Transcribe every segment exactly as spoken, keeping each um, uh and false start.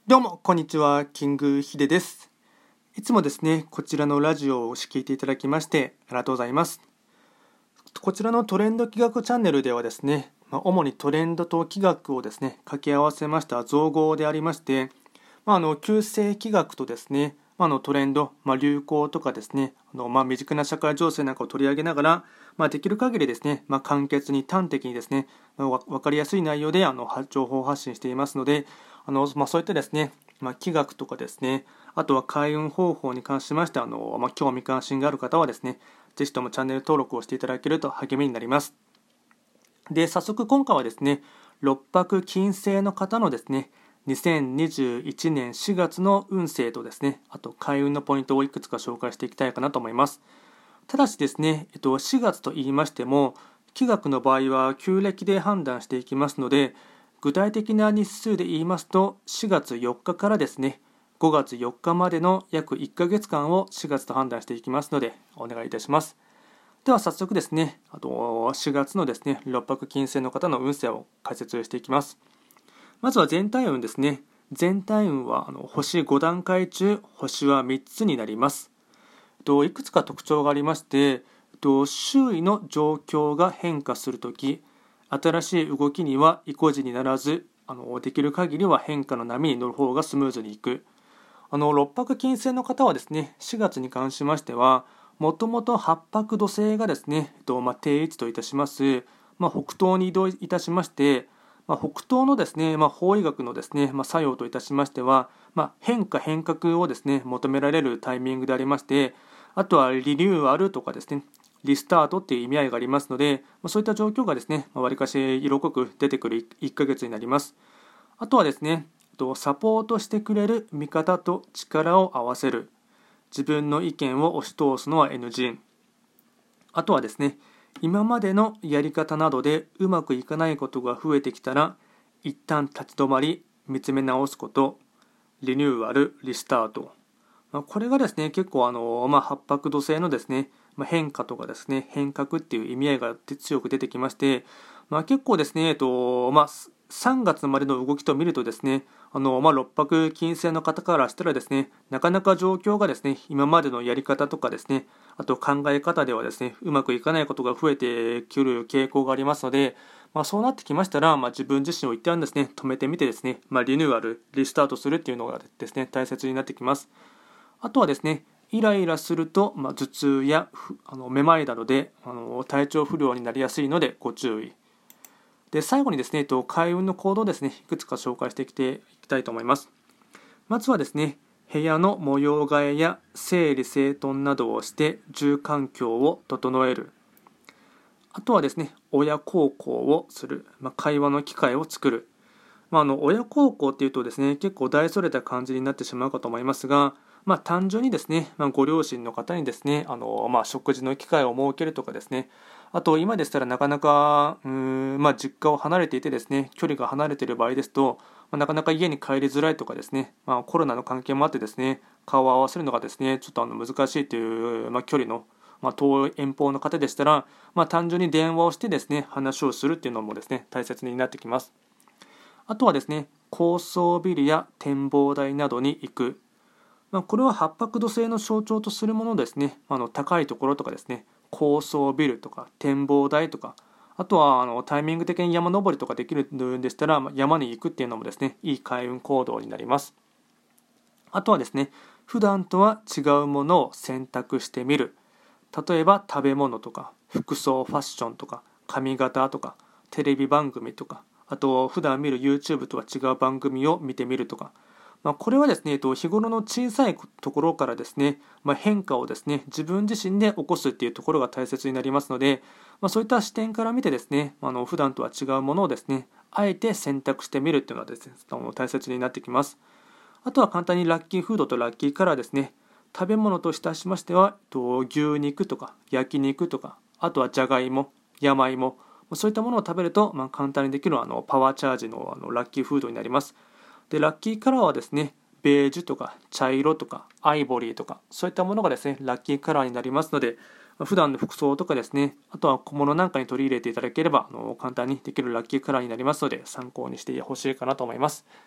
どうもこんにちは、キングヒデです。いつもですねこちらのラジオを聞いていただきましてありがとうございます。こちらのトレンド企画チャンネルではですね、まあ、主にトレンドと企画をですね掛け合わせました造語でありまして、まあ、あの旧世企画とですね、まあ、あのトレンド、まあ、流行とかですね、あのまあ身近な社会情勢なんかを取り上げながら、まあ、できる限りですね、まあ、簡潔に端的にですね、まあ、分かりやすい内容であの情報発信していますので、あの、まあ、そういったですね、まあ、企画とかですね、あとは開運方法に関しましてあの、まあ、興味関心がある方はですね、ぜひともチャンネル登録をしていただけると励みになります。で、早速今回はですね、六白金星の方のですね、にせんにじゅういちねんしがつの運勢とですね、あと開運のポイントをいくつか紹介していきたいかなと思います。ただしですね、えっと、しがつと言いましても、気学の場合は旧暦で判断していきますので、具体的な日数で言いますと、しがつよっかからですね、ごがつよっかまでの約いっかげつかんをしがつと判断していきますので、お願いいたします。では早速ですね、あとしがつのですね、六白金星の方の運勢を解説していきます。まずは全体運ですね。全体運はあの星ごだんかい中、星はみっつになります。いくつか特徴がありまして、周囲の状況が変化するとき、新しい動きには意固地にならず、あのできる限りは変化の波に乗る方がスムーズにいく。あの六白金星の方はですね、しがつに関しましては、もともと八白土星がですね、えっとまあ、定位置といたします、まあ、北東に移動いたしまして、まあ、北東のですね、まあ、方位学のですね、まあ、作用といたしましては、まあ、変化変革をですね求められるタイミングでありまして、あとはリニューアルとかですね、リスタートっていう意味合いがありますので、まあ、そういった状況がですね、わりかし色濃く出てくるいっかげつになります。あとはですね、サポートしてくれる味方と力を合わせる。自分の意見を押し通すのは エヌジー。あとはですね、今までのやり方などでうまくいかないことが増えてきたら、一旦立ち止まり、見つめ直すこと、リニューアル、リスタート。まあ、これがですね、結構あの、まあ、八白土星のですね、まあ、変化とかですね、変革っていう意味合いが強く出てきまして、まあ、結構ですね、えっと、まあ、さんがつまでの動きと見るとですね、あの、まあ、六白金星の方からしたらですね、なかなか状況がですね、今までのやり方とかですね、あと考え方ではですね、うまくいかないことが増えてくる傾向がありますので、まあ、そうなってきましたら、まあ、自分自身を一旦ですね、止めてみてですね、まあ、リニューアル、リスタートするっていうのがですね、大切になってきます。あとはですね、イライラすると、まあ、頭痛やあのめまいなどであの体調不良になりやすいのでご注意。で、最後にですね、開運の行動をですね、いくつか紹介していきたいと思います。まずはですね、部屋の模様替えや整理整頓などをして住環境を整える。あとはですね、親孝行をする、まあ、会話の機会を作る。まあ、あの親孝行っていうとですね、結構大それた感じになってしまうかと思いますが、まあ、単純にですね、まあ、ご両親の方にですね、あの、まあ、食事の機会を設けるとかですね、あと今でしたらなかなかうーん、まあ、実家を離れていてですね、距離が離れている場合ですと、まあ、なかなか家に帰りづらいとかですね、まあ、コロナの関係もあってですね、顔を合わせるのがですね、ちょっとあの難しいという、まあ、距離の、まあ、遠い遠方の方でしたら、まあ、単純に電話をしてですね、話をするっていうのもですね、大切になってきます。あとはですね、高層ビルや展望台などに行く。まあ、これは八白土星の象徴とするものですね。あの高いところとかですね、高層ビルとか展望台とか、あとはあのタイミング的に山登りとかできるんでしたら、山に行くっていうのもですね、いい開運行動になります。あとはですね、普段とは違うものを選択してみる。例えば食べ物とか、服装、ファッションとか、髪型とか、テレビ番組とか、あと普段見る YouTube とは違う番組を見てみるとか、まあ、これはですね、日頃の小さいところからですね、まあ、変化をですね、自分自身で起こすっていうところが大切になりますので、まあ、そういった視点から見てですね、あの普段とは違うものをですね、あえて選択してみるっていうのはですね、大切になってきます。あとは簡単にラッキーフードとラッキーカラーですね。食べ物といたしましては、牛肉とか焼肉とか、あとはじゃがいも、山芋、そういったものを食べると、まあ、簡単にできるあのパワーチャージの、あのラッキーフードになります。で、ラッキーカラーはですね、ベージュとか茶色とかアイボリーとか、そういったものがですね、ラッキーカラーになりますので、普段の服装とかですね、あとは小物なんかに取り入れていただければ、あの簡単にできるラッキーカラーになりますので、参考にしてほしいかなと思います。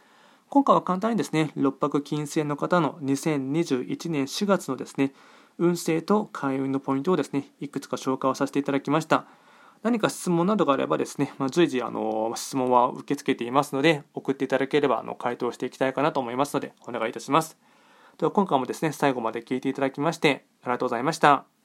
今回は簡単にですね、六白金星の方のにせんにじゅういちねんしがつのですね、運勢と開運のポイントをですね、いくつか紹介をさせていただきました。何か質問などがあればですね、まあ、随時あの質問は受け付けていますので、送っていただければあの回答していきたいかなと思いますので、お願いいたします。では今回もですね、最後まで聞いていただきましてありがとうございました。